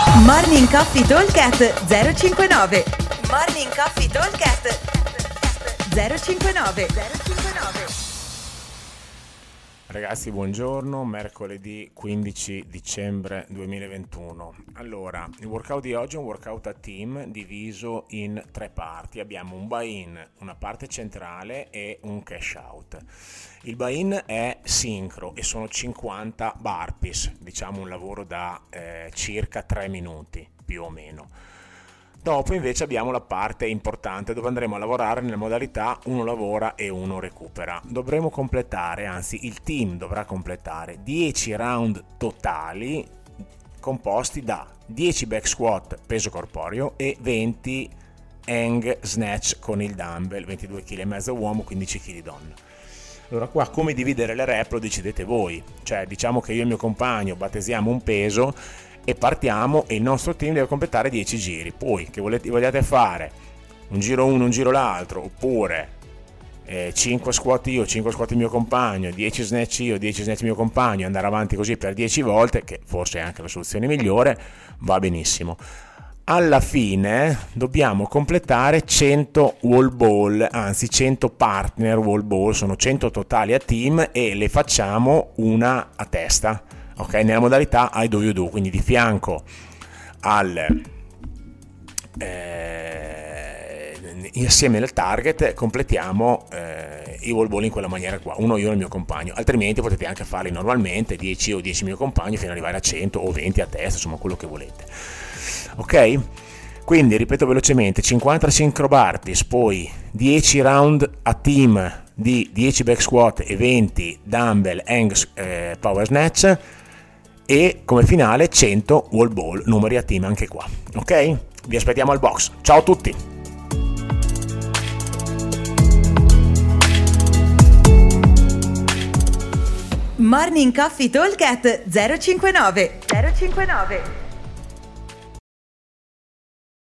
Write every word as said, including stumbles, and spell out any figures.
Morning Coffee Talk zero cinquantanove. Morning Coffee Talk zero cinquantanove. Ragazzi, buongiorno, mercoledì quindici dicembre duemilaventuno. Allora, il workout di oggi è un workout a team diviso in tre parti. Abbiamo un buy-in, una parte centrale e un cash out. Il buy-in è sincro e sono cinquanta burpees, diciamo un lavoro da eh, circa tre minuti, più o meno. Dopo invece abbiamo la parte importante dove andremo a lavorare nella modalità uno lavora e uno recupera. Dovremo completare, anzi il team dovrà completare dieci round totali composti da dieci back squat peso corporeo e venti hang snatch con il dumbbell, ventidue virgola cinque chili uomo, quindici chili donna. Allora qua come dividere le rep lo decidete voi, cioè diciamo che io e il mio compagno battesiamo un peso e partiamo e il nostro team deve completare dieci giri. Poi che volete, vogliate fare un giro uno, un giro l'altro, oppure eh, cinque squat io, cinque squat il mio compagno, dieci snatch io, dieci snatch il mio compagno, andare avanti così per dieci volte, che forse è anche la soluzione migliore, va benissimo. Alla fine dobbiamo completare cento wall ball, anzi cento partner wall ball, sono cento totali a team e le facciamo una a testa. Ok, nella modalità I do you do, quindi di fianco al eh, insieme al target completiamo eh, i wall ball in quella maniera qua, uno io e il mio compagno, altrimenti potete anche farli normalmente, dieci o dieci mio compagno fino ad arrivare a cento o venti a testa, insomma quello che volete. Ok? Quindi ripeto velocemente, cinquanta synchro burpees, poi dieci round a team di dieci back squat e venti dumbbell hang eh, power snatch, e come finale cento wall ball, numeri a team anche qua. Ok? Vi aspettiamo al box. Ciao a tutti! Morning Coffee Talk zero cinquantanove.